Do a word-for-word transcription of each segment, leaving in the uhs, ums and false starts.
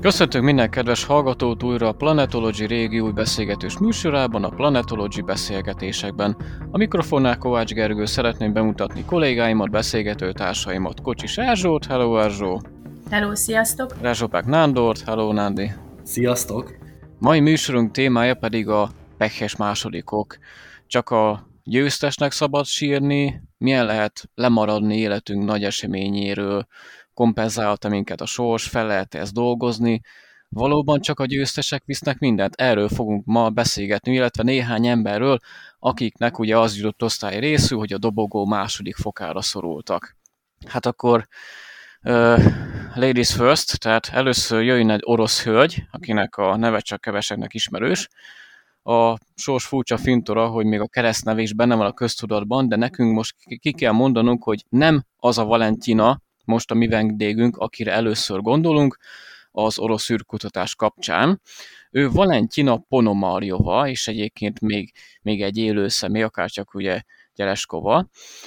Köszöntünk minden kedves hallgatót újra a Planetology régi új beszélgetős műsorában, a Planetology beszélgetésekben. A mikrofonnál Kovács Gergő, szeretném bemutatni kollégáimat, beszélgető társaimat. Kocsis Erzsót, hello Erzsó! Hello, sziasztok! Rezsópák Nándort, hello Nándi! Sziasztok! Mai műsorunk témája pedig a pekhes másodikok. Csak a győztesnek szabad sírni, milyen lehet lemaradni életünk nagy eseményéről, kompenzálta minket a sors, fel lehet ezt dolgozni. Valóban csak a győztesek visznek mindent? Erről fogunk ma beszélgetni, illetve néhány emberről, akiknek ugye az jutott osztály részül, hogy a dobogó második fokára szorultak. Hát akkor uh, ladies first, tehát először jöjjön egy orosz hölgy, akinek a neve csak keveseknek ismerős. A sors furcsa fintora, hogy még a keresztneve is benne van a köztudatban, de nekünk most ki kell mondanunk, hogy nem az a Valentina, most a mi vendégünk, akire először gondolunk az orosz űrkutatás kapcsán. Ő Valentina Ponomarjova, és egyébként még, még egy élő személy, akárcsak ugye Gyereskova.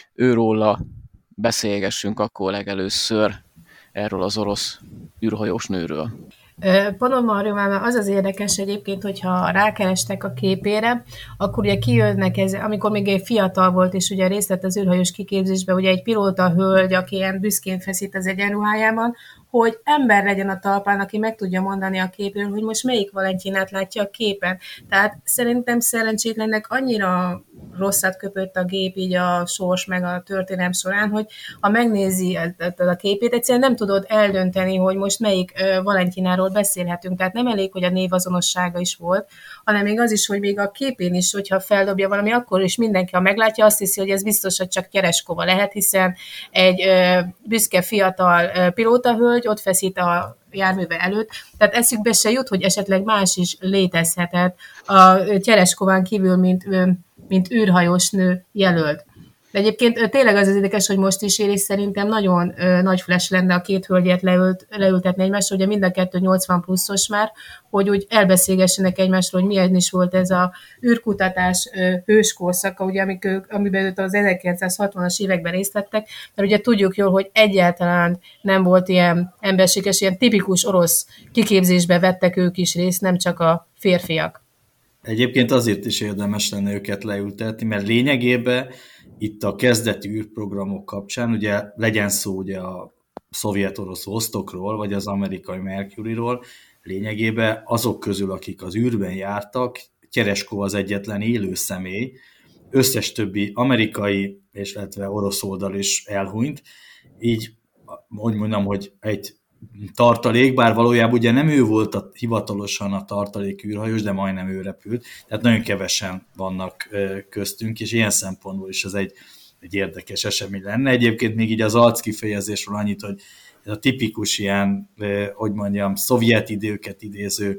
Őróla beszélgessünk akkor legelőször erről az orosz űrhajós nőről. Ponomarjovával az az érdekes egyébként, hogyha rákerestek a képére, akkor ugye kijönnek ez, amikor még egy fiatal volt, és ugye részt vett az űrhajós kiképzésben, ugye egy pilóta hölgy, aki ilyen büszkén feszít az egyenruhájában, hogy ember legyen a talpán, aki meg tudja mondani a képről, hogy most melyik Valentinát látja a képen. Tehát szerintem szerencsétlennek annyira rosszat köpött a gép így a sors meg a történelem során, hogy ha megnézi a képét, egyszerűen nem tudod eldönteni, hogy most melyik Valentináról beszélhetünk. Tehát nem elég, hogy a névazonossága is volt, hanem még az is, hogy még a képén is, hogyha feldobja valami, akkor is mindenki, ha meglátja, azt hiszi, hogy ez biztos, hogy csak Gyereskova lehet, hiszen egy ö, büszke fiatal ö, pilótahölgy ott feszít a járműve előtt, tehát eszükbe se jut, hogy esetleg más is létezhetett a Gyereskován kívül, mint, mint űrhajós nő jelölt. De egyébként tényleg az az érdekes, hogy most is ér, és szerintem nagyon ö, nagy flash lenne a két hölgyet leült, leültetni egymásra, ugye mind a kettő nyolcvan pluszos már, hogy úgy elbeszélgessenek egymásról, hogy milyen is volt ez a űrkutatás ö, hőskorszaka, ugye, amik ők, amiben ők az ezerkilencszázhatvanas években részt vettek, mert ugye tudjuk jól, hogy egyáltalán nem volt ilyen emberséges, ilyen tipikus orosz kiképzésbe vettek ők is részt, nem csak a férfiak. Egyébként azért is érdemes lenne őket leültetni, mert lényegében itt a kezdeti űrprogramok kapcsán, ugye legyen szó ugye a szovjet-orosz Vostokról, vagy az amerikai Mercuryról, lényegében azok közül, akik az űrben jártak, Gyereskova az egyetlen élő személy, összes többi amerikai és illetve orosz oldal is elhunyt, így úgy mondom, hogy egy tartalék, bár valójában ugye nem ő volt a, hivatalosan a tartalék űrhajós, de majdnem ő repült, tehát nagyon kevesen vannak köztünk, és ilyen szempontból is ez egy, egy érdekes esemény lenne. Egyébként még így az arckifejezésről annyit, hogy ez a tipikus ilyen, hogy mondjam, szovjet időket idéző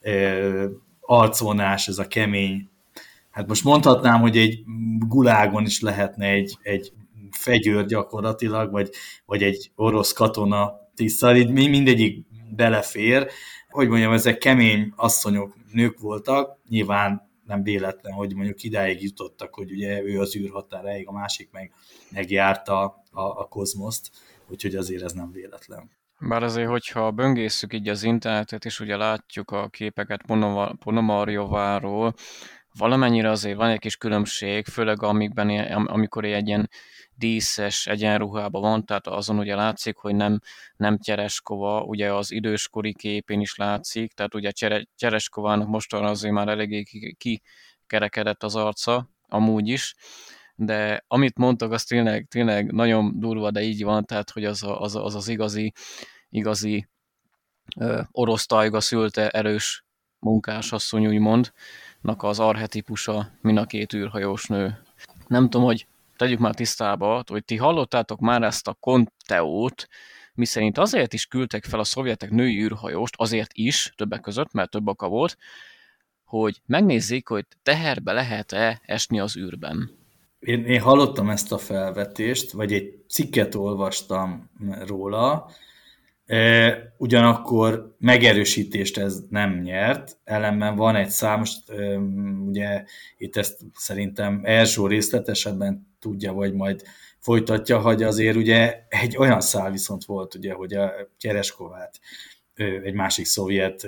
arcvonás, ez a kemény, hát most mondhatnám, hogy egy gulágon is lehetne egy, egy fegyőr gyakorlatilag, vagy, vagy egy orosz katona tisztel, így mindegyik belefér. Hogy mondjam, ezek kemény asszonyok, nők voltak, nyilván nem véletlen, hogy mondjuk idáig jutottak, hogy ugye ő az űrhatáráig, a másik meg megjárta a, a kozmoszt, úgyhogy azért ez nem véletlen. Bár azért, hogyha böngészük így az internetet, és ugye látjuk a képeket Ponomarjováról, valamennyire azért van egy kis különbség, főleg amikben, amikor egy ilyen díszes egyenruhában van, tehát azon ugye látszik, hogy nem, nem Gyereskova, ugye az időskori képén is látszik, tehát ugye Gyereskovának mostanra azért már eléggé kikerekedett az arca, amúgy is, de amit mondtak, az tényleg, tényleg nagyon durva, de így van, tehát hogy az az, az, az igazi, igazi ö, orosz tajga szülte erős munkásasszony, úgymond, az archetipusa, mind a két űrhajós nő. Nem tudom, hogy tegyük már tisztába, hogy ti hallottátok már ezt a konteót, miszerint azért is küldtek fel a szovjetek női űrhajóst, azért is, többek között, mert több oka volt, hogy megnézzék, hogy teherbe lehet-e esni az űrben. Én, én hallottam ezt a felvetést, vagy egy cikket olvastam róla, e, ugyanakkor megerősítést ez nem nyert, ellenben van egy szám, most e, ugye itt ezt szerintem Erzsó részletesebben tudja, vagy majd folytatja, hogy azért ugye egy olyan szál viszont volt, ugye, hogy a Gyereskovát egy másik szovjet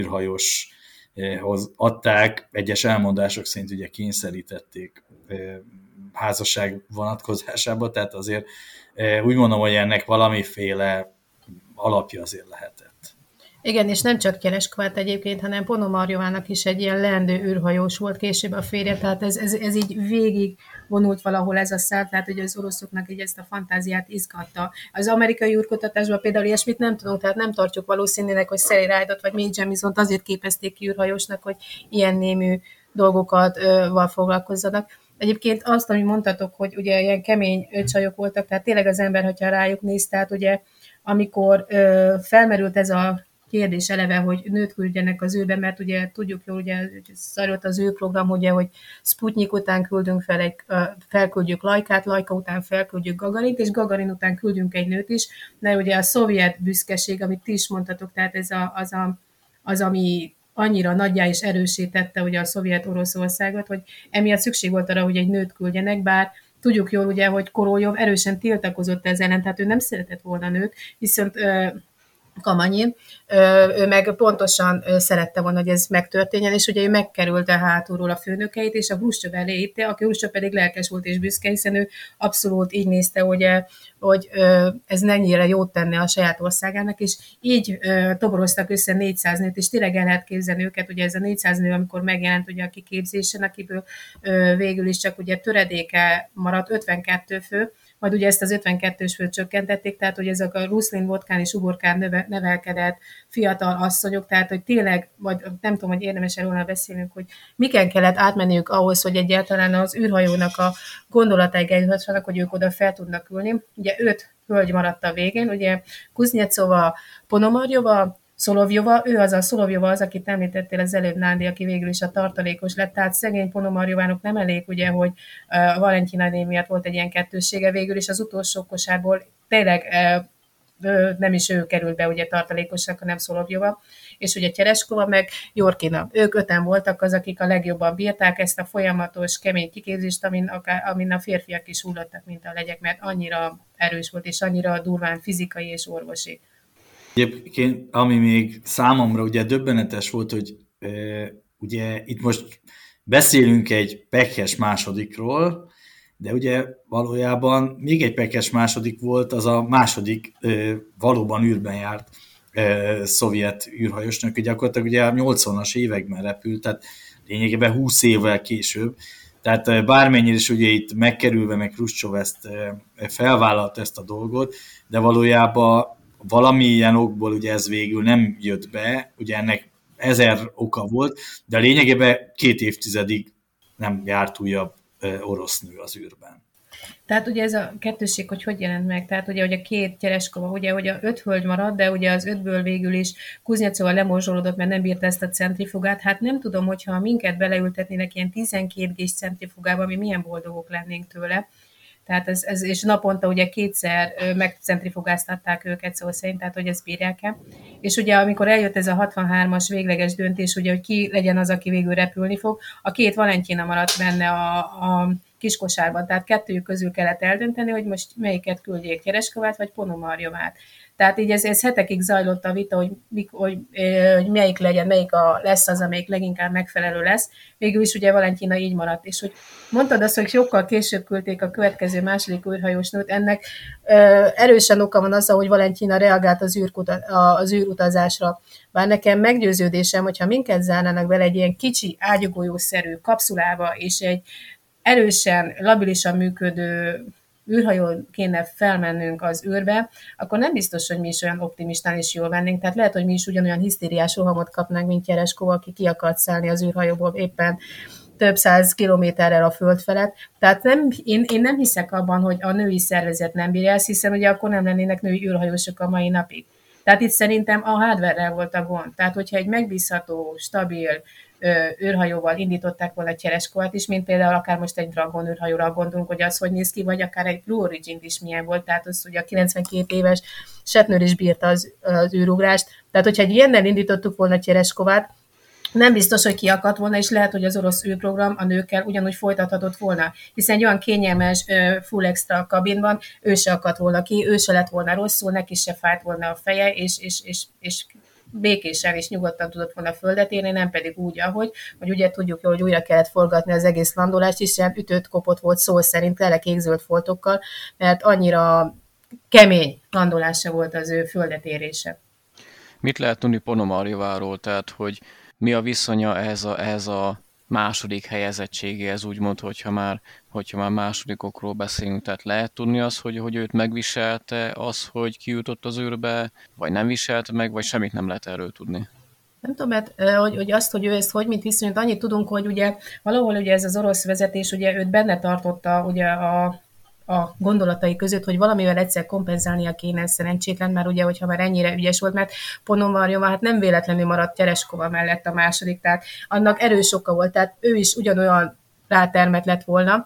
űrhajóshoz adták, egyes elmondások szerint ugye kényszerítették házasság vonatkozásába, tehát azért úgy mondom, hogy ennek valamiféle alapja azért lehetett. Igen, és nem csak Tereskovat egyébként, hanem Ponomarjovának is egy ilyen leendő űrhajós volt később a férje, tehát ez, ez, ez így végig vonult valahol ez a szál, tehát hogy az oroszoknak így ezt a fantáziát izgatta. Az amerikai űrkutatásban például ilyesmit nem tudunk, tehát nem tartjuk valószínűleg, hogy Sally Ride-ot vagy Mae Jemison azért képezték ki űrhajósnak, hogy ilyen némű dolgokat ö, val foglalkozzanak. Egyébként azt, amit mondtatok, hogy ugye ilyen kemény csajok voltak, tehát tényleg az ember, hogyha rájuk néz, tehát ugye amikor ö, felmerült ez a kérdés eleve, hogy nőt küldjenek az űrbe, mert ugye tudjuk jól, ugye zajlott az űrprogram, ugye, hogy Sputnik után küldünk fel egy, felküldjük Lajkát, Lajka után felküldjük Gagarint, és Gagarin után küldünk egy nőt is, mert ugye a szovjet büszkeség, amit ti is mondtatok, tehát ez a, az, a, az, ami annyira nagyjá és erősítette ugye a szovjet Oroszországot, hogy emiatt szükség volt arra, hogy egy nőt küldjenek, bár tudjuk jól ugye, hogy Koroljov erősen tiltakozott ezzel ellen, tehát ő nem szeretett volna nőt, viszont Kamanyin, ő meg pontosan szerette volna, hogy ez megtörténjen, és ugye ő megkerülte hátulról a főnökeit, és a Hruscsov elé itte, aki Hruscsov pedig lelkes volt és büszke, hiszen ő abszolút így nézte, hogy, hogy ez mennyire jót tenne a saját országának, és így toboroztak össze négyszáz nőt, és tényleg el lehet képzelni őket, ugye ez a négyszáz nő, amikor megjelent ugye a kiképzésen, akiből végül is csak ugye töredéke maradt, ötvenkettő fő, majd ugye ezt az ötvenkettős főt csökkentették, tehát hogy ezek a Ruszlin, Vodkán és Uborkán növe, nevelkedett fiatal asszonyok, tehát hogy tényleg, vagy nem tudom, hogy érdemes-e róla beszélnünk, hogy miken kellett átmenniük ahhoz, hogy egyáltalán az űrhajónak a gondolatáig eljuthatsanak, hogy ők oda fel tudnak ülni. Ugye öt hölgy maradt a végén, ugye Kuznyecova, Ponomarjova, Szolovjova, ő az a Szolovjova az, akit említettél az előbb, Nándi, aki végül is a tartalékos lett, tehát szegény Ponomarjovának nem elég, ugye, hogy a Valentina név miatt volt egy ilyen kettőssége, végül is az utolsó kosárból tényleg nem is ő került be ugye tartalékosnak, hanem Szolovjova, és ugye Tereskova meg Jorkina. Ők öten voltak az, akik a legjobban bírták ezt a folyamatos, kemény kiképzést, amin, akár, amin a férfiak is hullottak, mint a legyek, mert annyira erős volt, és annyira durván fizikai és orvosi. Egyébként, ami még számomra ugye döbbenetes volt, hogy e, ugye itt most beszélünk egy pekhes másodikról, de ugye valójában még egy pekhes második volt, az a második e, valóban űrben járt e, szovjet űrhajósnak, hogy gyakorlatilag ugye a nyolcvanas években repült, tehát lényegében húsz évvel később. Tehát bármennyire is ugye itt megkerülve, meg Hruscsov ezt felvállalt ezt a dolgot, de valójában valamilyen okból ugye ez végül nem jött be, ugye ennek ezer oka volt, de lényegében két évtizedig nem járt újabb orosz nő az űrben. Tehát ugye ez a kettősség, hogy hogy jelent meg? Tehát ugye, hogy a két Tereskova, ugye, hogy a öt hölgy maradt, de ugye az ötből végül is Kuznyecova lemorzsolódott, mert nem bírta ezt a centrifugát. Hát nem tudom, hogyha minket beleültetnének ilyen tizenkét gés centrifugába, mi milyen boldogok lennénk tőle. Tehát ez, ez, és naponta ugye kétszer megcentrifugáztatták őket szó szerint, tehát hogy ezt bírják-e. És ugye amikor eljött ez a hatvanhármas végleges döntés, ugye, hogy ki legyen az, aki végül repülni fog, a két Valentina maradt benne a, a kiskosárban, tehát kettőjük közül kellett eldönteni, hogy most melyiket küldjék, Tereskovát vagy Ponomarjovát. Tehát így ez, ez hetekig zajlott a vita, hogy, hogy, hogy melyik legyen, melyik a, lesz az, amelyik leginkább megfelelő lesz. Végül is ugye Valentina így maradt. És hogy mondtad azt, hogy sokkal később küldték a következő második űrhajós nőt, ennek ö, erősen oka van azzal, hogy Valentina reagált az, űrkuta, az űrutazásra. Bár nekem meggyőződésem, hogyha minket zárnának bele egy ilyen kicsi ágyugójószerű kapszulába, és egy erősen, labilisan működő űrhajón kéne felmennünk az űrbe, akkor nem biztos, hogy mi is olyan optimistán is jól vennénk. Tehát lehet, hogy mi is ugyanolyan hisztériás rohamot kapnánk, mint Tereskova, aki ki akart szállni az űrhajóból éppen több száz kilométerrel a föld felett. Tehát nem, én, én nem hiszek abban, hogy a női szervezet nem bírja ezt, hiszen ugye akkor nem lennének női űrhajósok a mai napig. Tehát itt szerintem a hardware-rel volt a gond. Tehát, hogyha egy megbízható, stabil űrhajóval indították volna Tereskovát is, mint például akár most egy Dragon űrhajóra gondolunk, hogy az hogy néz ki, vagy akár egy Blue Origin is milyen volt, tehát az ugye a kilencvenkét éves Shatner is bírta az, az űrugrást. Tehát, hogyha egy ilyennel indítottuk volna Tereskovát, nem biztos, hogy kiakadt volna, és lehet, hogy az orosz űrprogram a nőkkel ugyanúgy folytathatott volna, hiszen egy olyan kényelmes full extra kabinban ő se akadt volna ki, ő se lett volna rosszul, neki se fájt volna a feje, és, és, és, és békésen és nyugodtan tudott volna földet érni, nem pedig úgy, ahogy, hogy ugye tudjuk jó, hogy újra kellett forgatni az egész landolást, és ilyen ütött kopott volt szó szerint, tele kék-zöld foltokkal, mert annyira kemény landolása volt az ő földet érése. Mit lehet tudni Ponomarjováról, tehát hogy mi a viszonya ehhez a, ehhez a második helyezettségéhez, úgymond, hogyha már, hogyha már másodikokról beszélünk, tehát lehet tudni azt, hogy, hogy őt megviselte az, hogy kijutott az űrbe, vagy nem viselte meg, vagy semmit nem lehet erről tudni? Nem tudom, mert hogy, hogy azt, hogy ő ezt hogy, mint viszonyít, annyit tudunk, hogy ugye valahol ugye ez az orosz vezetés, ugye őt benne tartotta ugye a, a gondolatai között, hogy valamivel egyszer kompenzálnia kéne szerencsétlen, mert ugye, hogyha már ennyire ügyes volt, mert Ponomarjova hát nem véletlenül maradt Tereskova mellett a második, tehát annak erős oka volt, tehát ő is ugyanolyan rátermet lett volna,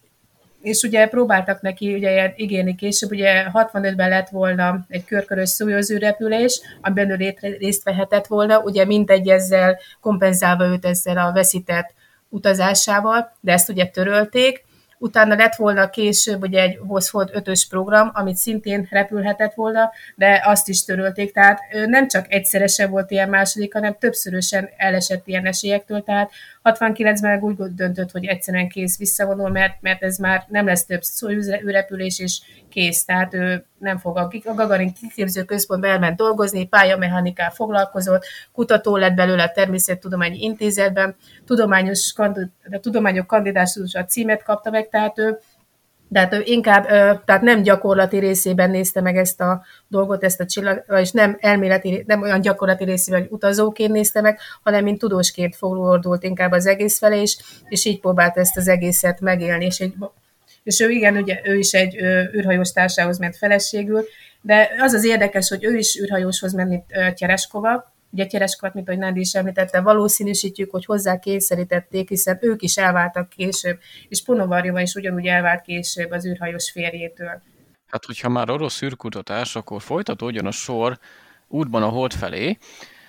és ugye próbáltak neki ugye ígérni később, ugye hatvanötben lett volna egy körkörös Szojuz űrrepülés, amiben ő részt vehetett volna, ugye mindegy ezzel kompenzálva őt ezzel a veszített utazásával, de ezt ugye törölték. Utána lett volna később ugye egy Voskhod ötös program, amit szintén repülhetett volna, de azt is törölték, tehát nem csak egyszeresen volt ilyen második, hanem többszörösen elesett ilyen esélyektől, tehát hatvankilencben úgy döntött, hogy egyszerűen kész visszavonul, mert, mert ez már nem lesz több űrrepülés, és kész, tehát ő nem fog a, a Gagarin kiképző központba elment dolgozni, pályamechanikával foglalkozott, kutató lett belőle a Természettudományi Intézetben, tudományos, tudományok kandidátusa címet kapta meg, tehát ő, tehát ő inkább, tehát nem gyakorlati részében nézte meg ezt a dolgot, ezt a csillag, és nem elméleti, nem olyan gyakorlati részében, hogy utazóként nézte meg, hanem mint tudósként fordult inkább az egész felé, és, és így próbált ezt az egészet megélni, és egy és ő igen, ugye ő is egy űrhajós társához ment feleségül, de az az érdekes, hogy ő is űrhajóshoz ment, mint Tereskova. Ugye Tereskovat, mint ahogy Nándi is említette, valószínűsítjük, hogy hozzá kényszerítették, hiszen ők is elváltak később, és Ponomarjova is ugyanúgy elvált később az űrhajós férjétől. Hát, hogyha már orosz űrkutatás, akkor folytatódjon a sor útban a Hold felé.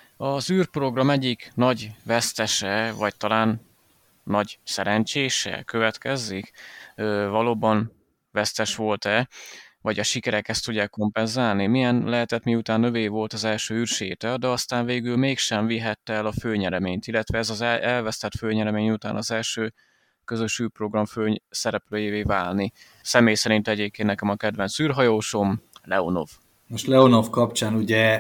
Az űrprogram egyik nagy vesztese, vagy talán nagy szerencsése következik. Ö, valóban vesztes volt-e, vagy a sikerek ezt tudják kompenzálni? Milyen lehetett, miután övé volt az első űrséta, de aztán végül mégsem vihette el a főnyereményt, illetve ez az elvesztett főnyeremény után az első közös űrprogram fő szereplőjévé válni. Személy szerint egyébként nekem a kedvenc űrhajósom Leonov. Most Leonov kapcsán ugye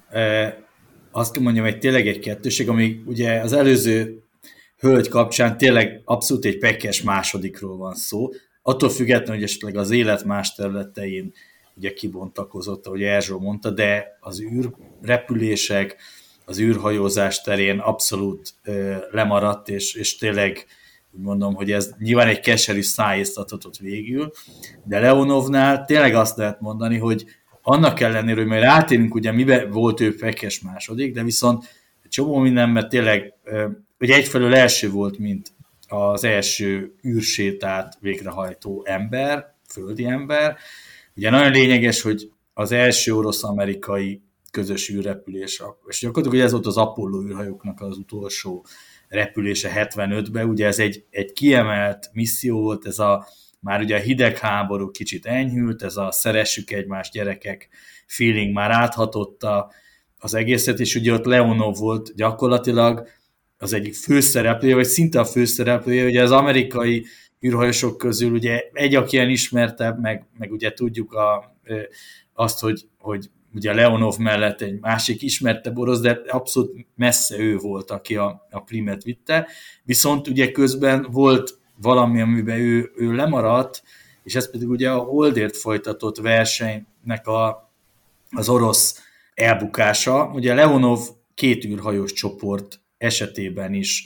e, azt mondjam, hogy tényleg egy kettőség, ami ugye az előző hölgy kapcsán tényleg abszolút egy pekes másodikról van szó. Attól függetlenül, hogy esetleg az élet más területein ugye kibontakozott, ahogy Erzsó mondta, de az űrrepülések, az űrhajózás terén abszolút ö, lemaradt, és, és tényleg úgy mondom, hogy ez nyilván egy keserű szájéztathatott végül, de Leonovnál tényleg azt lehet mondani, hogy annak ellenére, hogy majd rátérünk, ugye miben volt ő pekes második, de viszont egy csomó mindenben tényleg ö, hogy egyfelől első volt, mint az első űrsétát végrehajtó ember, földi ember. Ugye nagyon lényeges, hogy az első orosz-amerikai közös űrrepülés, és gyakorlatilag ugye ez volt az Apollo űrhajóknak az utolsó repülése hetvenötben, ugye ez egy, egy kiemelt misszió volt, ez a már ugye a hidegháború kicsit enyhült, ez a szeressük egymást gyerekek feeling már áthatotta az egészet, és ugye ott Leonov volt gyakorlatilag az egyik főszereplője, vagy szinte a főszereplője, ugye az amerikai űrhajósok közül ugye egy, aki ilyen ismertebb, meg, meg ugye tudjuk a, azt, hogy, hogy ugye Leonov mellett egy másik ismertebb orosz, de abszolút messze ő volt, aki a, a primet vitte, viszont ugye közben volt valami, amiben ő, ő lemaradt, és ez pedig ugye a Holdért folytatott versenynek a, az orosz elbukása. Ugye Leonov két űrhajós csoport esetében is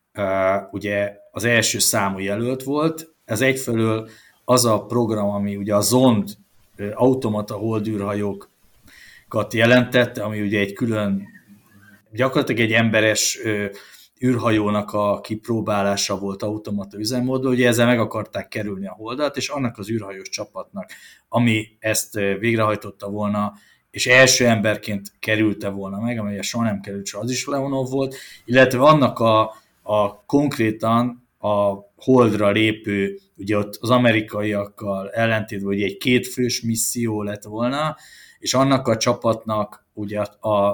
uh, ugye az első számú jelölt volt. Ez egyfelől az a program, ami ugye a Zond uh, automata holdűrhajókat jelentette, ami ugye egy külön, gyakorlatilag egy emberes uh, űrhajónak a kipróbálása volt automata üzemmódban, ugye ezzel meg akarták kerülni a holdat, és annak az űrhajós csapatnak, ami ezt uh, végrehajtotta volna, és első emberként kerülte volna meg, amelyet soha nem került, az is Leonov volt, illetve annak a, a konkrétan a Holdra lépő, ugye ott az amerikaiakkal ellentétben, hogy egy kétfős misszió lett volna, és annak a csapatnak ugye a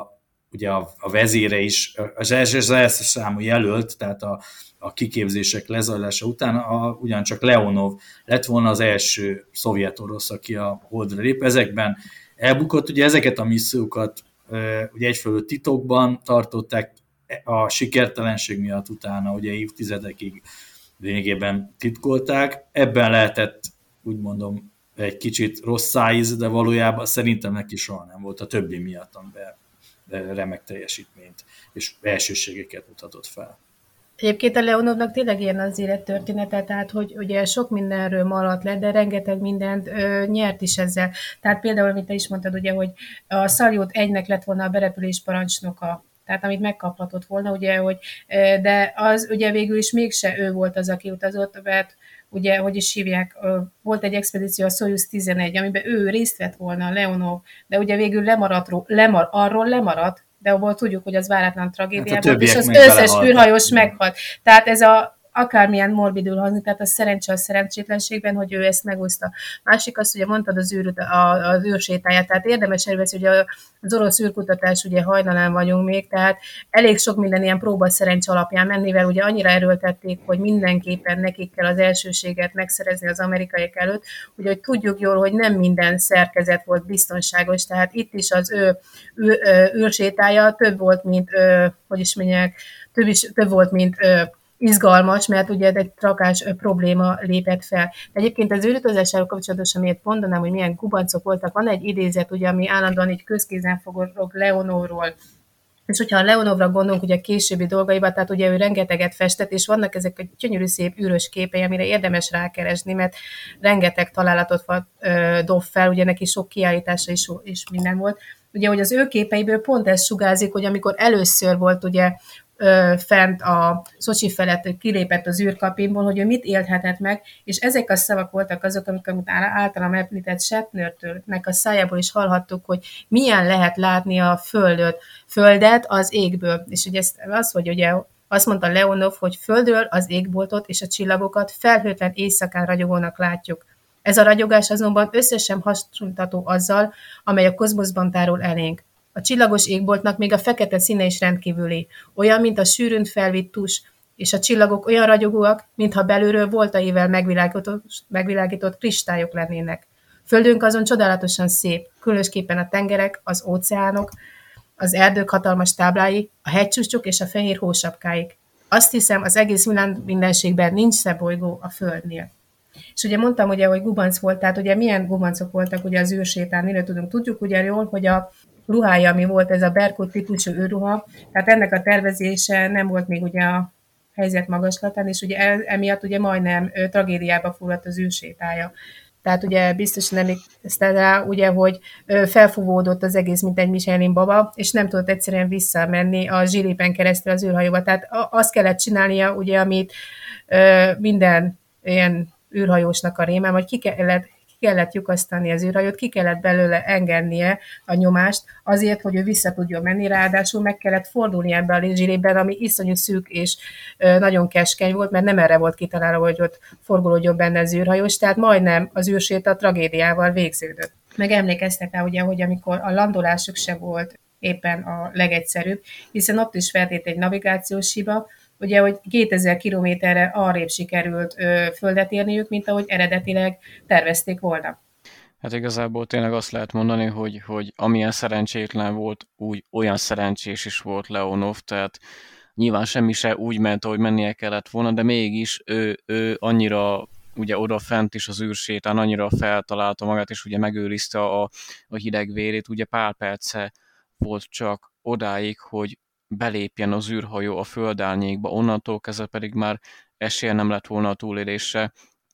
ugye a, a vezére is, az első, az első számú jelölt, tehát a, a kiképzések lezajlása után a, ugyancsak Leonov lett volna az első szovjet-orosz, aki a Holdra lép. Ezekben elbukott, ugye ezeket a missziókat ugye egyfelől titokban tartották, a sikertelenség miatt utána ugye évtizedekig lényegében titkolták. Ebben lehetett, úgy mondom, egy kicsit rossz szájíz, de valójában szerintem neki soha nem volt a többi miatt, amiben remek teljesítményt és elsőségeket mutatott fel. Egyébként a Leonovnak tényleg ilyen az élettörténete, tehát hogy ugye sok mindenről maradt le, de rengeteg mindent ö, nyert is ezzel. Tehát például, amit te is mondtad, ugye, hogy a Szaljut egynek lett volna a berepülés parancsnoka, tehát amit megkaphatott volna, ugye, hogy, de az ugye végül is mégse ő volt az, aki utazott, mert ugye, hogy is hívják, volt egy expedíció, a Szojuz tizenegy, amiben ő részt vett volna, a Leonov, de ugye végül lemaradt, lemar, arról lemaradt, de abból tudjuk, hogy az váratlan tragédia hát volt, és az összes űrhajós meghalt. Tehát ez a akármilyen morbidül hangzik, tehát a szerencse a szerencsétlenségben, hogy ő ezt megúszta. Másik azt, ugye mondtad az, űr, az űrsétáját, tehát érdemes elveszni, hogy az orosz űrkutatás ugye hajnalán vagyunk még, tehát elég sok minden ilyen próba szerencse alapján mennével, ugye annyira erőltették, hogy mindenképpen nekik kell az elsőséget megszerezni az amerikaiak előtt, ugye, hogy tudjuk jól, hogy nem minden szerkezet volt biztonságos, tehát itt is az ő, ő, ő űrsétája több volt, mint, ő, hogy is mondják, több, is, több volt, mint ő, izgalmas, mert ugye egy rakás probléma lépett fel. De egyébként az űrutazásáról kapcsolatosan miért mondanám, hogy milyen gubancok voltak. Van egy idézet, ugye, ami állandóan így közkézen forog Leonovról. És hogyha a Leonovra gondolunk, ugye a későbbi dolgaiba, tehát ugye ő rengeteget festett, és vannak ezek a gyönyörű szép űrös képei, amire érdemes rákeresni, mert rengeteg találatot ö, dob fel, ugye neki sok kiállítása is, is minden volt. Ugye, hogy az ő képeiből pont ez sugárzik, hogy amikor először volt ugye fent a Szocsi felett, hogy kilépett az űrkabinból, hogy ő mit élhetett meg, és ezek a szavak voltak azok, amik általam említett Shatnertől, nek a szájából is hallhattuk, hogy milyen lehet látni a földöt, földet az égből. És ugye ez az, hogy ugye azt mondta Leonov, hogy földről az égboltot és a csillagokat felhőtlen éjszakán ragyogónak látjuk. Ez a ragyogás azonban összesen hasonlítható azzal, amely a kozmoszban tárul elénk. A csillagos égboltnak még a fekete színe is rendkívüli, olyan, mint a sűrűn felvitt tus, és a csillagok olyan ragyogóak, mintha belülről voltaival megvilágított, megvilágított kristályok lennének. Földünk azon csodálatosan szép, különösképpen a tengerek, az óceánok, az erdők hatalmas táblái, a hegycsúcsok és a fehér hósapkáik. Azt hiszem, az egész világ mindenségben nincs szebb bolygó a Földnél. És ugye mondtam, ugye, hogy gubanc volt, tehát ugye milyen gubancok voltak ugye az űrsétán, mire tudunk. Tudjuk ugye jól, hogy a ruhája, ami volt ez a Berkut típusú űrruha, tehát ennek a tervezése nem volt még ugye a helyzet magaslatán, és ugye emiatt ugye majdnem ö, tragédiába fulladt az űrsétája. Tehát ugye biztosan emlékeztek rá, ugye, hogy ö, felfúvódott az egész, mint egy Michelin baba, és nem tudott egyszerűen visszamenni a zsírépen keresztül az űrhajóba. Tehát azt kellett csinálnia, ugye, amit ö, minden ilyen űrhajósnak a rémám, hogy ki kellett ki kellett lyukasztani az űrhajót, ki kellett belőle engednie a nyomást azért, hogy ő vissza tudjon menni, ráadásul meg kellett fordulni ebbe a lézsírében, ami iszonyú szűk és ö, nagyon keskeny volt, mert nem erre volt kitalálva, hogy ott forgolódjon benne az űrhajós, tehát majdnem az űrséta tragédiával végződött. Meg emlékeztek rá, ugye, hogy amikor a landolásuk se volt éppen a legegyszerűbb, hiszen ott is feltét egy navigációs hiba, ugye, hogy kétezer kilométerre arrébb sikerült ö, földet érniük, mint ahogy eredetileg tervezték volna. Hát igazából tényleg azt lehet mondani, hogy, hogy amilyen szerencsétlen volt, úgy olyan szerencsés is volt Leonov, tehát nyilván semmi se úgy ment, ahogy mennie kellett volna, de mégis ő, ő annyira ugye oda fent is az űrsétán, annyira feltalálta magát, és ugye megőrizte a, a hideg vérét, ugye pár perce volt csak odáig, hogy belépjen az űrhajó a földárnyékba, onnantól kezdve pedig már esélye nem lett volna a túlélésre,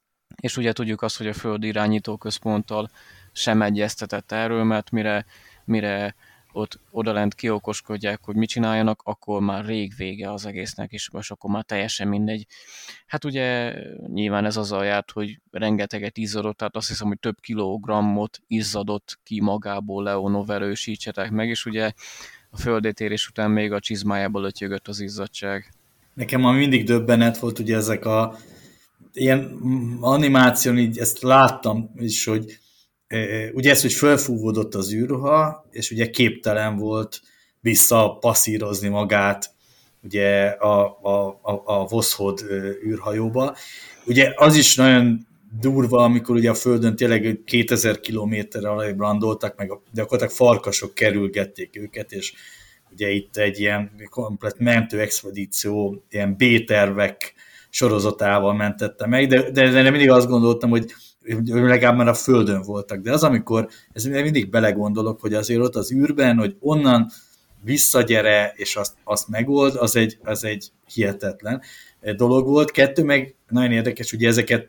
és ugye tudjuk azt, hogy a Földi Irányítóközponttal sem egyeztetett erről, mert mire, mire ott odalent kiokoskodják, hogy mit csináljanak, akkor már rég vége az egésznek, és, és akkor már teljesen mindegy. Hát ugye nyilván ez azzal járt, hogy rengeteget izzadott, tehát azt hiszem, hogy több kilogrammot izzadott ki magából Leonov, erősítsetek meg, és ugye a földétérés után még a csizmájából lötyögött az izzadság. Nekem már mindig döbbenet volt, ugye ezek a ilyen animáción, így ezt láttam is, hogy e, ugye ez, hogy felfúvódott az űrruha, és ugye képtelen volt visszapasszírozni magát ugye a, a, a, a Voskhod űrhajóba. Ugye az is nagyon durva, amikor ugye a Földön tényleg kétezer kilométerre alább landoltak, meg gyakorlatilag farkasok kerülgették őket, és ugye itt egy ilyen komplet mentőexpedíció, ilyen B-tervek sorozatával mentette meg, de, de, de mindig azt gondoltam, hogy legalább már a Földön voltak. De az, amikor ez mindig belegondolok, hogy azért ott az űrben, hogy onnan visszagyere, és azt, azt megold, az egy, az egy hihetetlen dolog volt. Kettő meg nagyon érdekes, ugye ezeket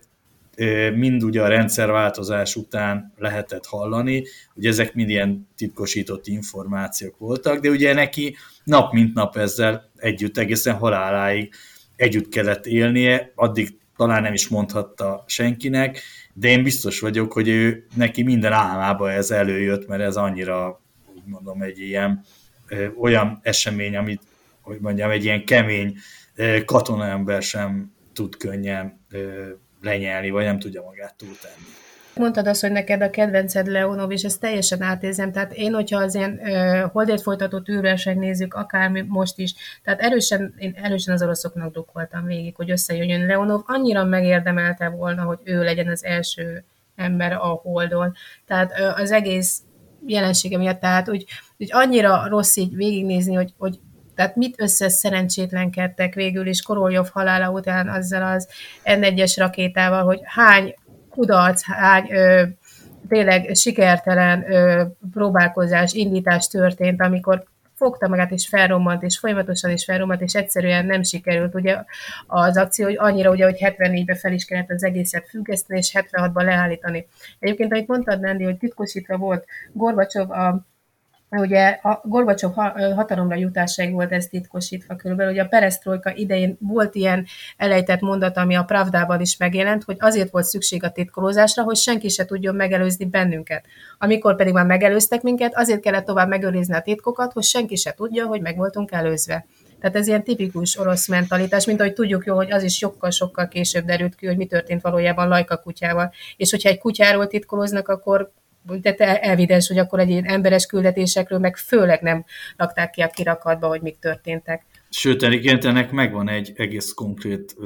mind ugye a rendszerváltozás után lehetett hallani, ugye ezek mind ilyen titkosított információk voltak, de ugye neki nap mint nap ezzel együtt, egészen haláláig együtt kellett élnie, addig talán nem is mondhatta senkinek, de én biztos vagyok, hogy ő neki minden álmába ez előjött, mert ez annyira, úgy mondom, egy ilyen ö, olyan esemény, amit, hogy mondjam, egy ilyen kemény ö, katonaember sem tud könnyen ö, lenyelni, vagy nem tudja magát túltenni. Mondtad azt, hogy neked a kedvenced Leonov, és ezt teljesen átérzem. Tehát én, hogyha az ilyen uh, holdért folytatott űrversenyt nézzük, akármi most is, tehát erősen, én erősen az oroszoknak drukkoltam végig, hogy összejöjjön Leonov. Annyira megérdemelte volna, hogy ő legyen az első ember a Holdon. Tehát uh, az egész jelensége miatt, tehát úgy, úgy annyira rossz így végignézni, hogy, hogy tehát mit össze szerencsétlenkedtek végül is Koroljov halála után azzal az en egyes rakétával, hogy hány kudarc, hány ö, tényleg sikertelen ö, próbálkozás, indítás történt, amikor fogta magát és felrommant, és folyamatosan is felrommant, és egyszerűen nem sikerült ugye az akció, hogy annyira, ugye, hogy hetvennégyben fel is kellett az egészet függeszteni, és hetvenhatban leállítani. Egyébként, ahogy mondtad, Nandi, hogy titkosítva volt Gorbacsov a Ugye a Gorbacsov hatalomra jutásáig volt ez titkosítva körülbelül. Ugye a peresztrojka idején volt ilyen elejtett mondat, ami a Pravdában is megjelent, hogy azért volt szükség a titkolózásra, hogy senki se tudjon megelőzni bennünket. Amikor pedig már megelőztek minket, azért kellett tovább megőrizni a titkokat, hogy senki se tudja, hogy meg voltunk előzve. Tehát ez ilyen tipikus orosz mentalitás, mint ahogy tudjuk jó, hogy az is sokkal-sokkal később derült ki, hogy mi történt valójában Lajka kutyával. És hogyha egy kutyáról titkolóznak, akkor tehát evidens, hogy akkor egy ilyen emberes küldetésekről meg főleg nem rakták ki a kirakatba, hogy mik történtek. Sőt, egyébként ennek megvan egy egész konkrét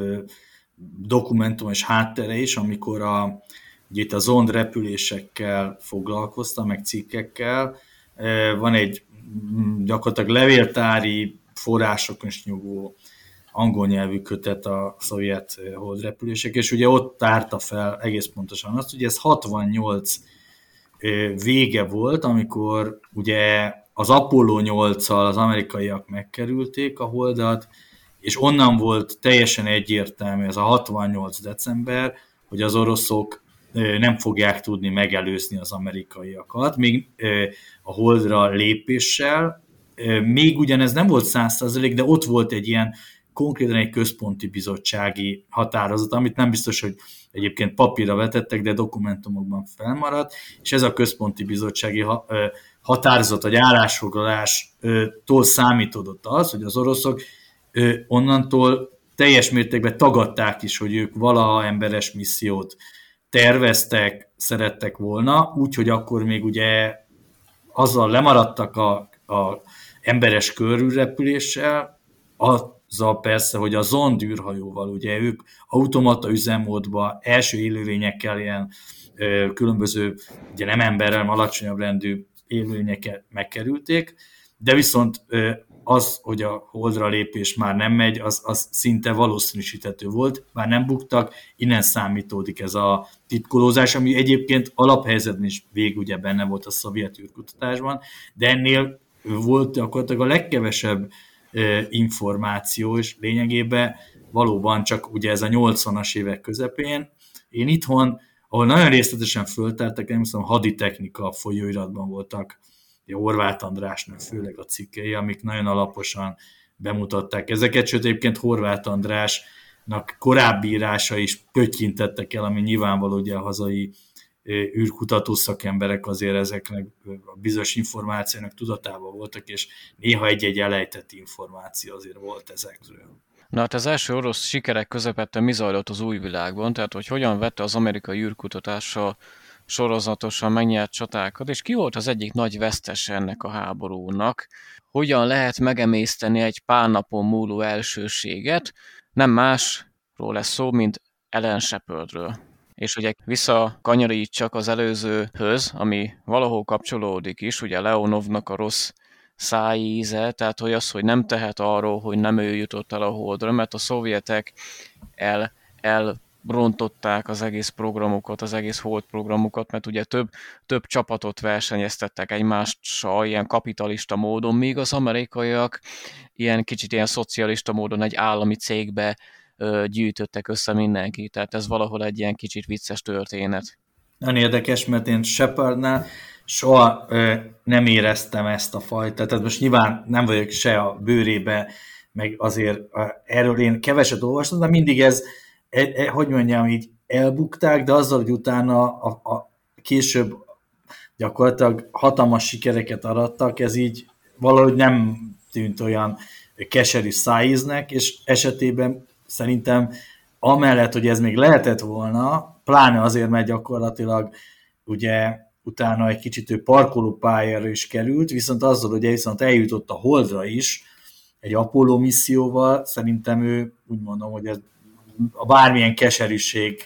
dokumentum és háttere is, amikor a, itt a zond repülésekkel foglalkoztam, meg cikkekkel. Van egy gyakorlatilag levéltári forrásokon is nyugvó angol nyelvű kötet a szovjet holdrepülések, és ugye ott tárta fel egész pontosan azt, hogy ez hatvannyolc vége volt, amikor ugye az Apollo nyolccal az amerikaiak megkerülték a holdat, és onnan volt teljesen egyértelmű ez a hatvannyolc december, hogy az oroszok nem fogják tudni megelőzni az amerikaiakat, még a holdra lépéssel, még ugyanez nem volt száz százalék, de ott volt egy ilyen konkrétan egy központi bizottsági határozat, amit nem biztos, hogy egyébként papírra vetettek, de dokumentumokban felmaradt, és ez a központi bizottsági határozat, vagy állásfoglalástól számítódott az, hogy az oroszok onnantól teljes mértékben tagadták is, hogy ők valaha emberes missziót terveztek, szerettek volna, úgyhogy akkor még ugye azzal lemaradtak a, a emberes körülrepüléssel, azzal persze, hogy a zond űrhajóval, ugye ők automata üzemmódban első élőlényekkel ilyen ö, különböző, ugye nem emberrel, hanem alacsonyabb rendű élőlényeket megkerülték, de viszont ö, az, hogy a holdra lépés már nem megy, az, az szinte valószínűsíthető volt, már nem buktak, innen számítódik ez a titkolózás, ami egyébként alaphelyzetben is végig ugye benne volt a szovjet űrkutatásban, de ennél volt gyakorlatilag a legkevesebb információ, és lényegében valóban csak ugye ez a nyolcvanas évek közepén. Én itthon, ahol nagyon részletesen föltártak, nem hiszem, haditechnika folyóiratban voltak, a Horváth Andrásnak főleg a cikkei, amik nagyon alaposan bemutatták ezeket, sőt egyébként Horváth Andrásnak korábbi írása is pöttyintettek el, ami nyilvánvaló ugye a hazai űrkutató szakemberek azért ezeknek a bizonyos információnak tudatában voltak, és néha egy-egy elejtett információ azért volt ezekről. Na hát az első orosz sikerek közepette mi zajlott az új világban, tehát hogy hogyan vette az amerikai űrkutatásra sorozatosan megnyert csatákat, és ki volt az egyik nagy vesztese ennek a háborúnak? Hogyan lehet megemészteni egy pár napon múló elsőséget? Nem másról lesz szó, mint Alan Shepardről. És ugye visszakanyarítsak az előzőhöz, ami valahol kapcsolódik is, ugye Leonovnak a rossz szájíze, tehát hogy az, hogy nem tehet arról, hogy nem ő jutott el a Holdra, mert a szovjetek el, elrontották az egész programokat, az egész Hold programokat, mert ugye több, több csapatot versenyeztettek egymással ilyen kapitalista módon, míg az amerikaiak ilyen kicsit ilyen szocialista módon egy állami cégbe ö, gyűjtöttek össze mindenki, tehát ez valahol egy ilyen kicsit vicces történet. Nagyon érdekes, mert én Shepardnál soha ö, nem éreztem ezt a fajta, tehát most nyilván nem vagyok se a bőrébe, meg azért erről én keveset olvastam, de mindig ez, e, e, hogy mondjam, így elbukták, de azzal, hogy utána a, a később gyakorlatilag hatalmas sikereket arattak, ez így valahogy nem tűnt olyan keserű szájíznek, és esetében szerintem amellett, hogy ez még lehetett volna, pláne azért, mert gyakorlatilag ugye utána egy kicsit ő parkolópályára is került, viszont azzal, hogy viszont eljutott a Holdra is, egy Apollo misszióval, szerintem ő úgy mondom, hogy ez, a bármilyen keserűséget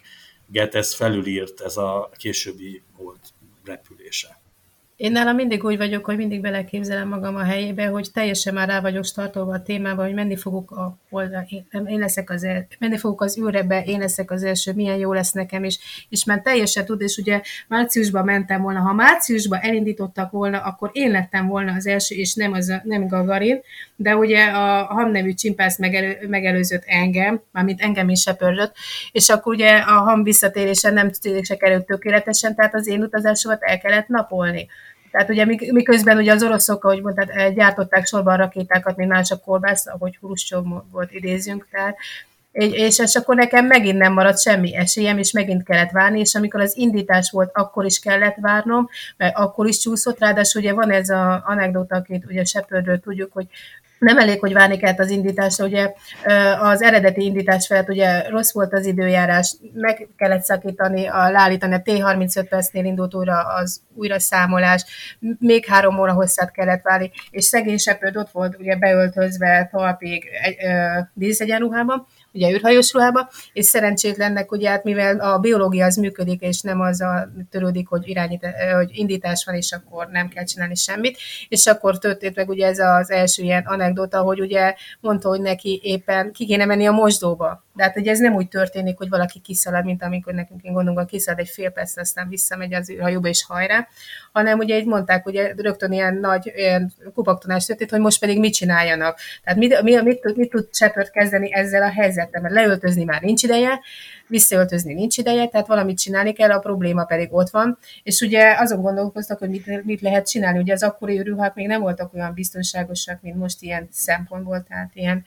ez felülírt, ez a későbbi Hold repülése. Én nálam mindig úgy vagyok, hogy mindig beleképzelem magam a helyébe, hogy teljesen már rá vagyok startolva a témába, hogy menni fogok a Holdra, én, én leszek az el, menni fogok az űrbe, én leszek az első, milyen jó lesz nekem is, és már teljesen tud, és ugye márciusban mentem volna, ha márciusban elindítottak volna, akkor én lettem volna az első, és nem, az a, nem Gagarin, de ugye a Ham nevű csimpász megelő, megelőzött engem, mármint engem is Shepardot, és akkor ugye a Ham visszatérése nem térések előtt tökéletesen, tehát az én utazásomat el kellett napolni. Tehát ugye miközben ugye az oroszok, ahogy mondtad, gyártották sorban a rakétákat, még már csak kolbász, ahogy Hruscsov volt, idézünk, tehát és, és akkor nekem megint nem maradt semmi esélyem, és megint kellett várni, és amikor az indítás volt, akkor is kellett várnom, mert akkor is csúszott, ráadásul ugye van ez az anekdóta, akit ugye Shepardről tudjuk, hogy nem elég, hogy várni kellett az indításra, ugye az eredeti indítás felett ugye rossz volt az időjárás, meg kellett szakítani, a, leállítani a té harmincöt percnél indult újra az újraszámolás, még három óra hosszát kellett várni, és szegény Shepard ott volt ugye beöltözve talpig díszegyenruhában, ugye űrhajós ruhába, és szerencsétlennek ugye, hát mivel a biológia az működik, és nem azzal törődik, hogy, irányít, hogy indítás van, és akkor nem kell csinálni semmit, és akkor történt meg ugye ez az első ilyen anekdota, hogy ugye mondta, hogy neki éppen ki kéne menni a mosdóba. De hát ugye ez nem úgy történik, hogy valaki kiszalad, mint amikor nekünk én gondolom, hogy kiszalad egy fél percre, aztán visszamegy az űrhajóba és hajrá, hanem ugye így mondták, ugye rögtön ilyen nagy ilyen kupaktonás történt, hogy most pedig mit csináljanak. Tehát mit, mit, mit, mit tud Shepard kezdeni ezzel a helyzettel, mert leöltözni már nincs ideje, visszaöltözni nincs ideje, tehát valamit csinálni kell, a probléma pedig ott van, és ugye azon gondolkoztak, hogy mit, mit lehet csinálni, ugye az akkori űrruhák még nem voltak olyan biztonságosak, mint most ilyen szempontból, tehát ilyen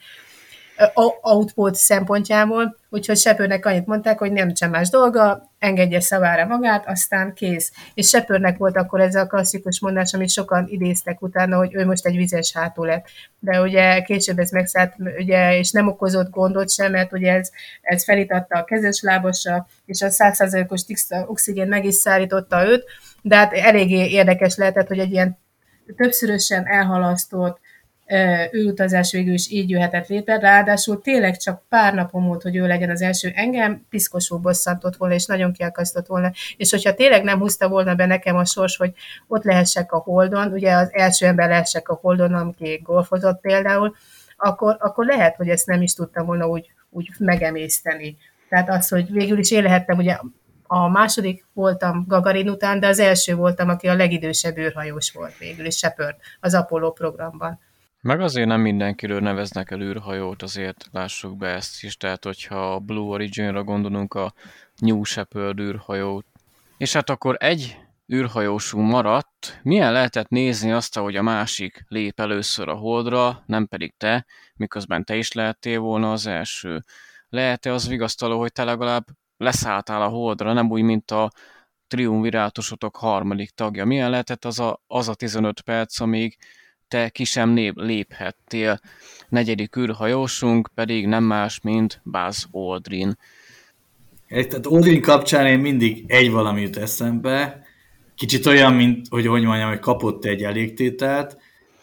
output szempontjából, úgyhogy Shepardnek annyit mondták, hogy nem sem más dolga, engedje szavára magát, aztán kész. És Shepardnek volt akkor ez a klasszikus mondás, amit sokan idéztek utána, hogy ő most egy vizes hátú lett. De ugye később ez megszállt, ugye, és nem okozott gondot sem, mert ugye ez, ez felítatta a kezes lábasra, és a száz százalékos tiszta oxigén meg is szállította őt, de hát eléggé érdekes lehetett, hogy egy ilyen többszörösen elhalasztott űrutazás végül is így jöhetett létre, ráadásul tényleg csak pár napon volt, hogy ő legyen az első, engem piszkosul bosszantott volna, és nagyon kiakasztott volna, és hogyha tényleg nem húzta volna be nekem a sors, hogy ott lehessek a Holdon, ugye az első ember lehessek a Holdon, aki golfozott például, akkor, akkor lehet, hogy ezt nem is tudtam volna úgy, úgy megemészteni. Tehát az, hogy végül is én lehettem, ugye a második voltam Gagarin után, de az első voltam, aki a legidősebb űrhajós volt végül is, Shepard az Apollo programban. Meg azért nem mindenkiről neveznek el űrhajót, azért lássuk be ezt is, tehát hogyha a Blue Origin-ra gondolunk, a New Shepard űrhajót. És hát akkor egy űrhajósunk maradt, milyen lehetett nézni azt, hogy a másik lép először a Holdra, nem pedig te, miközben te is lehettél volna az első. Lehet-e az vigasztaló, hogy te legalább leszálltál a Holdra, nem úgy, mint a triumvirátusotok harmadik tagja. Milyen lehetett az a, az a tizenöt perc, amíg te ki sem léphettél. Negyedik űrhajósunk pedig nem más, mint Buzz Aldrin. Tehát Aldrin kapcsán én mindig egy valami jut eszembe, kicsit olyan, mint hogy hogy mondjam, hogy kapott egy elégtételt.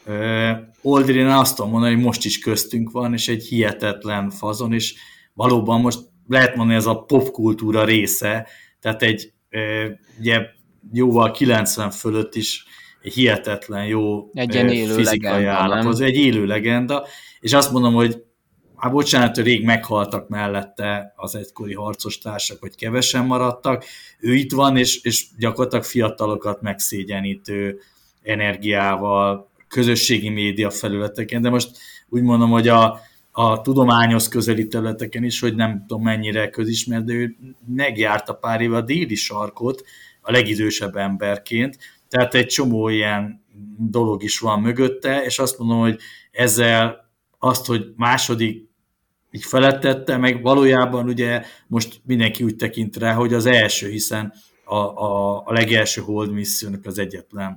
Aldrin azt tudom mondani, hogy most is köztünk van, és egy hihetetlen fazon, és valóban most lehet mondani, ez a popkultúra része, tehát egy ugye, jóval kilencven fölött is egy hihetetlen jó egy élő fizikai állapot, egy élő legenda, és azt mondom, hogy hát bocsánat, hogy rég meghaltak mellette az egykori harcos társak, hogy kevesen maradtak. Ő itt van, és, és gyakorlatilag fiatalokat megszégyenítő energiával, közösségi média felületeken, de most úgy mondom, hogy a, a tudományos közeli területeken is, hogy nem tudom mennyire közismert, de ő megjárta pár éve a déli sarkot a legidősebb emberként, tehát egy csomó ilyen dolog is van mögötte, és azt mondom, hogy ezzel azt, hogy második így felettette, meg valójában ugye most mindenki úgy tekint rá, hogy az első, hiszen a, a, a legelső Hold missziónak az egyetlen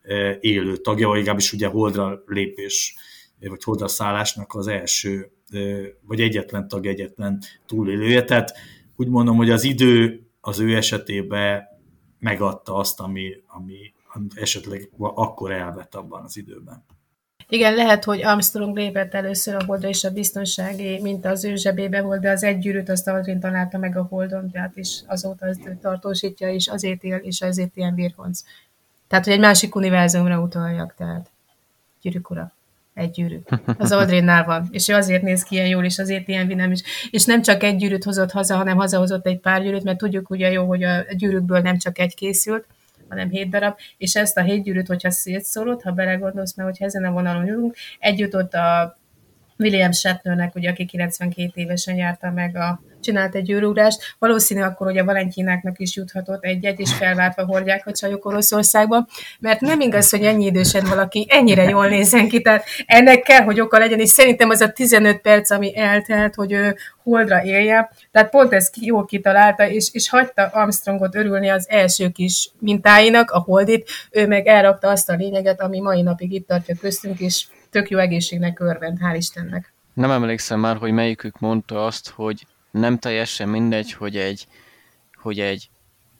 élő tagja, vagy legalábbis ugye Holdra lépés, vagy Holdra szállásnak az első, vagy egyetlen tag, egyetlen túlélője. Tehát úgy mondom, hogy az idő az ő esetében megadta azt, ami, ami esetleg akkor elvett abban az időben. Igen, lehet, hogy Armstrong lépett először a Holdra, és a biztonsági minta az ő zsebében volt, de az egy gyűrűt azt Aldrin találta meg a Holdon, tehát is azóta ezt ő tartósítja, és azért él, és azért ilyen virgonc. Tehát, hogy egy másik univerzumra utaljak, tehát gyűrűk ura, egy gyűrű. Az Aldrinnál van, és ő azért néz ki ilyen jól, és azért ilyen vinem is. És nem csak egy gyűrűt hozott haza, hanem hazahozott egy pár gyűrűt, mert tudjuk ugye jó, hogy a gyűrűkből nem csak egy készült, hanem hét darab, és ezt a hét gyűrűt, hogyha szétszórod, ha belegondolsz, mert hogyha ezen a vonalon ülünk, egy jutott a William Shatnernek, ugye, aki kilencvenkét évesen járta meg a csinált egy gyűrűugrást. Valószínű akkor, hogy a Valentyináknak is juthatott egy-egy, és felváltva hordják a csajok Oroszországba, mert nem igaz, hogy ennyi idősen valaki ennyire jól nézzen ki, tehát ennek kell, hogy oka legyen, és szerintem az a tizenöt perc, ami eltelt, hogy ő Holdra élje, tehát pont ezt jól kitalálta, és, és hagyta Armstrongot örülni az első kis mintáinak, a Holdit, ő meg elrakta azt a lényeget, ami mai napig itt tartja köztünk, és tök jó egészségnek örvend, hál' Istennek. Nem emlékszem már, hogy melyikük mondta azt, hogy nem teljesen mindegy, hogy egy, hogy egy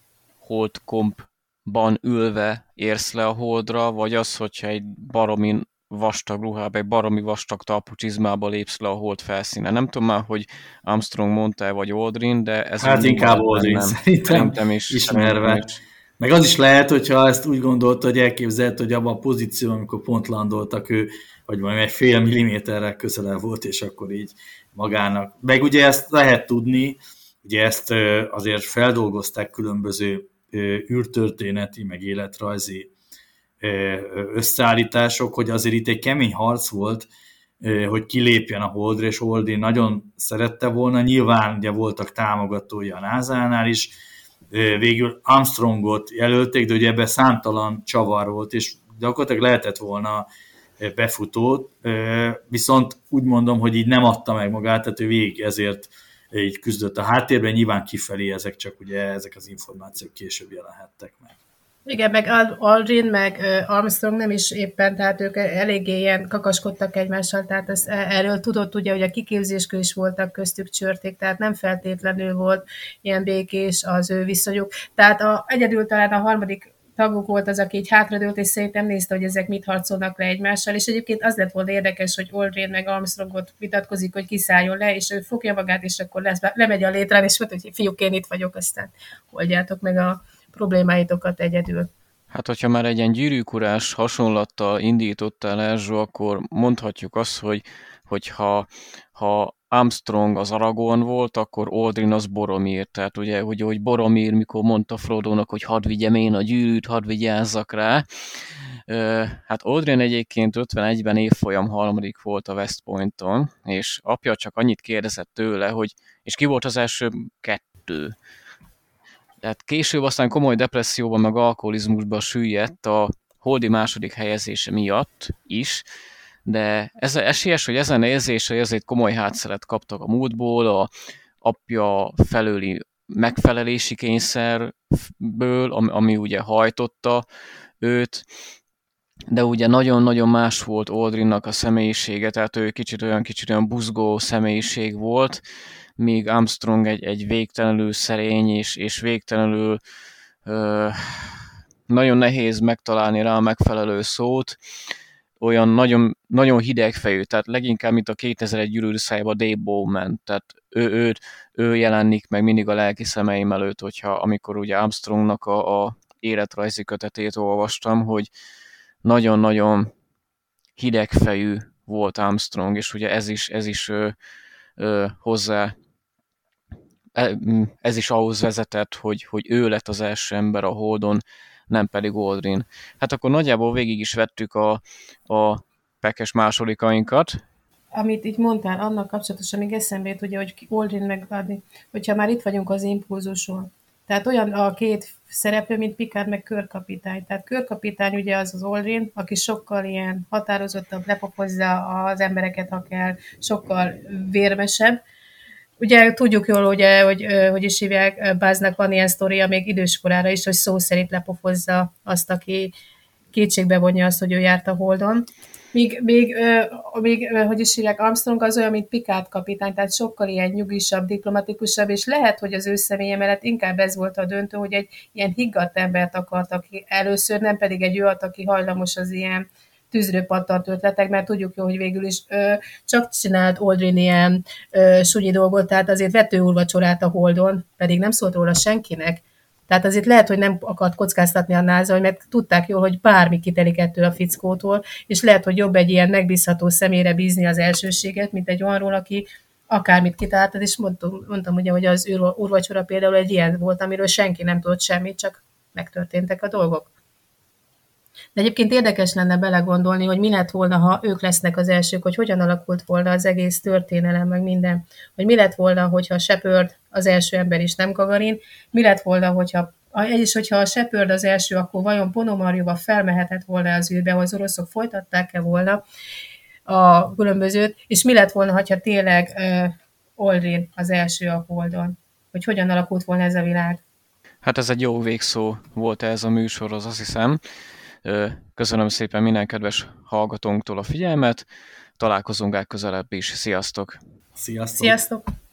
holdkompban ülve érsz le a Holdra, vagy az, hogyha egy baromi vastag ruhába, egy baromi vastag talpú csizmába lépsz le a Hold felszíne. Nem tudom már, hogy Armstrong mondta, vagy Aldrin, de ez... Hát inkább Aldrin, szerintem is, ismerve. Is. Meg az is lehet, hogyha ezt úgy gondolta, hogy elképzelt, hogy abban a pozícióban, amikor pont landoltak, ő, hogy mondjam, egy fél milliméterrel közelebb volt, és akkor így magának. Meg ugye ezt lehet tudni, ugye ezt azért feldolgozták különböző űrtörténeti, meg életrajzi összeállítások, hogy azért itt egy kemény harc volt, hogy kilépjen a Holdra, és Aldrin nagyon szerette volna. Nyilván ugye voltak támogatói a násánál is, végül Armstrongot jelölték, de ugye ebben számtalan csavar volt, és gyakorlatilag lehetett volna befutót, viszont úgy mondom, hogy így nem adta meg magát, tehát ő végig ezért így küzdött a háttérben, nyilván kifelé ezek csak ugye ezek az információk később jelenhettek meg. Igen, meg Aldrin, meg Armstrong nem is éppen, tehát ők eléggé ilyen kakaskodtak egymással, tehát ezt, erről tudott ugye, hogy a kiképzéskor is voltak köztük csörték, tehát nem feltétlenül volt ilyen békés az ő viszonyuk. Tehát a, egyedül talán a harmadik taguk volt az, aki így hátradőlt, és szerintem nézte, hogy ezek mit harcolnak le egymással, és egyébként az lett volna érdekes, hogy Aldrin meg Armstrongot vitatkozik, hogy kiszálljon le, és ő fogja magát, és akkor lesz, lemegy a létrán, és mondja, hogy fiúk, én itt vagyok, aztán oldjátok meg a problémáitokat egyedül. Hát, hogyha már egy ilyen gyűrűkurás hasonlattal indítottál, Erzsó, akkor mondhatjuk azt, hogy hogyha ha Armstrong az Aragorn volt, akkor Aldrin az Boromir. Tehát ugye, hogy, hogy Boromir, mikor mondta Frodónak, hogy hadd vigyem én a gyűrűt, hadd vigyázzak rá. Hát Aldrin egyébként ötvenegyben évfolyam harmadik volt a West Pointon, és apja csak annyit kérdezett tőle, hogy és ki volt az első kettő. Tehát később aztán komoly depresszióban meg alkoholizmusban süllyedt a Holdi második helyezése miatt is, de ez esélyes, hogy ezen érzése ezért komoly hátszeret kaptak a múltból, a apja felőli megfelelési kényszerből, ami, ami ugye hajtotta őt, de ugye nagyon-nagyon más volt Aldrinnak a személyisége, tehát ő kicsit olyan, kicsit olyan buzgó személyiség volt, míg Armstrong egy, egy végtelenül szerény és, és végtelenül ö, nagyon nehéz megtalálni rá a megfelelő szót, olyan nagyon, nagyon hidegfejű, tehát leginkább, mint a kétezer-egy gyűrűd szájba Dave Bowman, tehát ő, ő, ő jelenik meg mindig a lelki szemeim előtt, hogyha amikor ugye Armstrongnak a, a életrajzi kötetét olvastam, hogy nagyon-nagyon hidegfejű volt Armstrong, és ugye ez is, ez is ö, ö, hozzá ez is ahhoz vezetett, hogy, hogy ő lett az első ember a Holdon, nem pedig Aldrin. Hát akkor nagyjából végig is vettük a, a pekes másodikainkat. Amit így mondtál, annak kapcsolatosan még eszembe jut, ugye, hogy Aldrin megadni, hogyha már itt vagyunk az impulzuson. Tehát olyan a két szereplő, mint Picard meg körkapitány. Tehát körkapitány ugye az az Aldrin, aki sokkal ilyen határozottabb, lepopozza az embereket, ha kell, sokkal vérmesebb. Ugye tudjuk jól, ugye, hogy hogy is hívják, Buzznak van ilyen sztoria még időskorára is, hogy szó szerint lepofozza azt, aki kétségbe vonja azt, hogy ő járt a Holdon. Míg, még, még, hogy is hívják, Armstrong az olyan, mint Picard kapitány, tehát sokkal ilyen nyugisabb, diplomatikusabb, és lehet, hogy az ő személye mellett inkább ez volt a döntő, hogy egy ilyen higgadt embert akartak először, nem pedig egy olyat, aki hajlamos az ilyen tűzrőpattant ötletek, mert tudjuk jó, hogy végül is ö, csak csinált Aldrin ilyen ö, sunyi dolgot, tehát azért vetőúrvacsorát a Holdon, pedig nem szólt róla senkinek. Tehát azért lehet, hogy nem akart kockáztatni a NASA, mert tudták jól, hogy bármi kitelik ettől a fickótól, és lehet, hogy jobb egy ilyen megbízható személyre bízni az elsőséget, mint egy olyanról, aki akármit kitáltad, és mondtam, mondtam ugye, hogy az úrvacsora például egy ilyen volt, amiről senki nem tudott semmit, csak megtörténtek a dolgok. De egyébként érdekes lenne belegondolni, hogy mi lett volna, ha ők lesznek az elsők, hogy hogyan alakult volna az egész történelem, meg minden. Hogy mi lett volna, hogyha Shepard az első ember is, nem Gagarin. Mi lett volna, hogyha, és hogyha a Shepard az első, akkor vajon Ponomarjúval felmehetett volna az űrbe, hogy az oroszok folytatták-e volna a különbözőt, és mi lett volna, ha tényleg uh, Aldrin az első a Holdon. Hogy hogyan alakult volna ez a világ. Hát ez egy jó végszó volt ez a műsorhoz, azt hiszem. Köszönöm szépen minden kedves hallgatónktól a figyelmet, találkozunk legközelebb is. Sziasztok! Sziasztok! Sziasztok!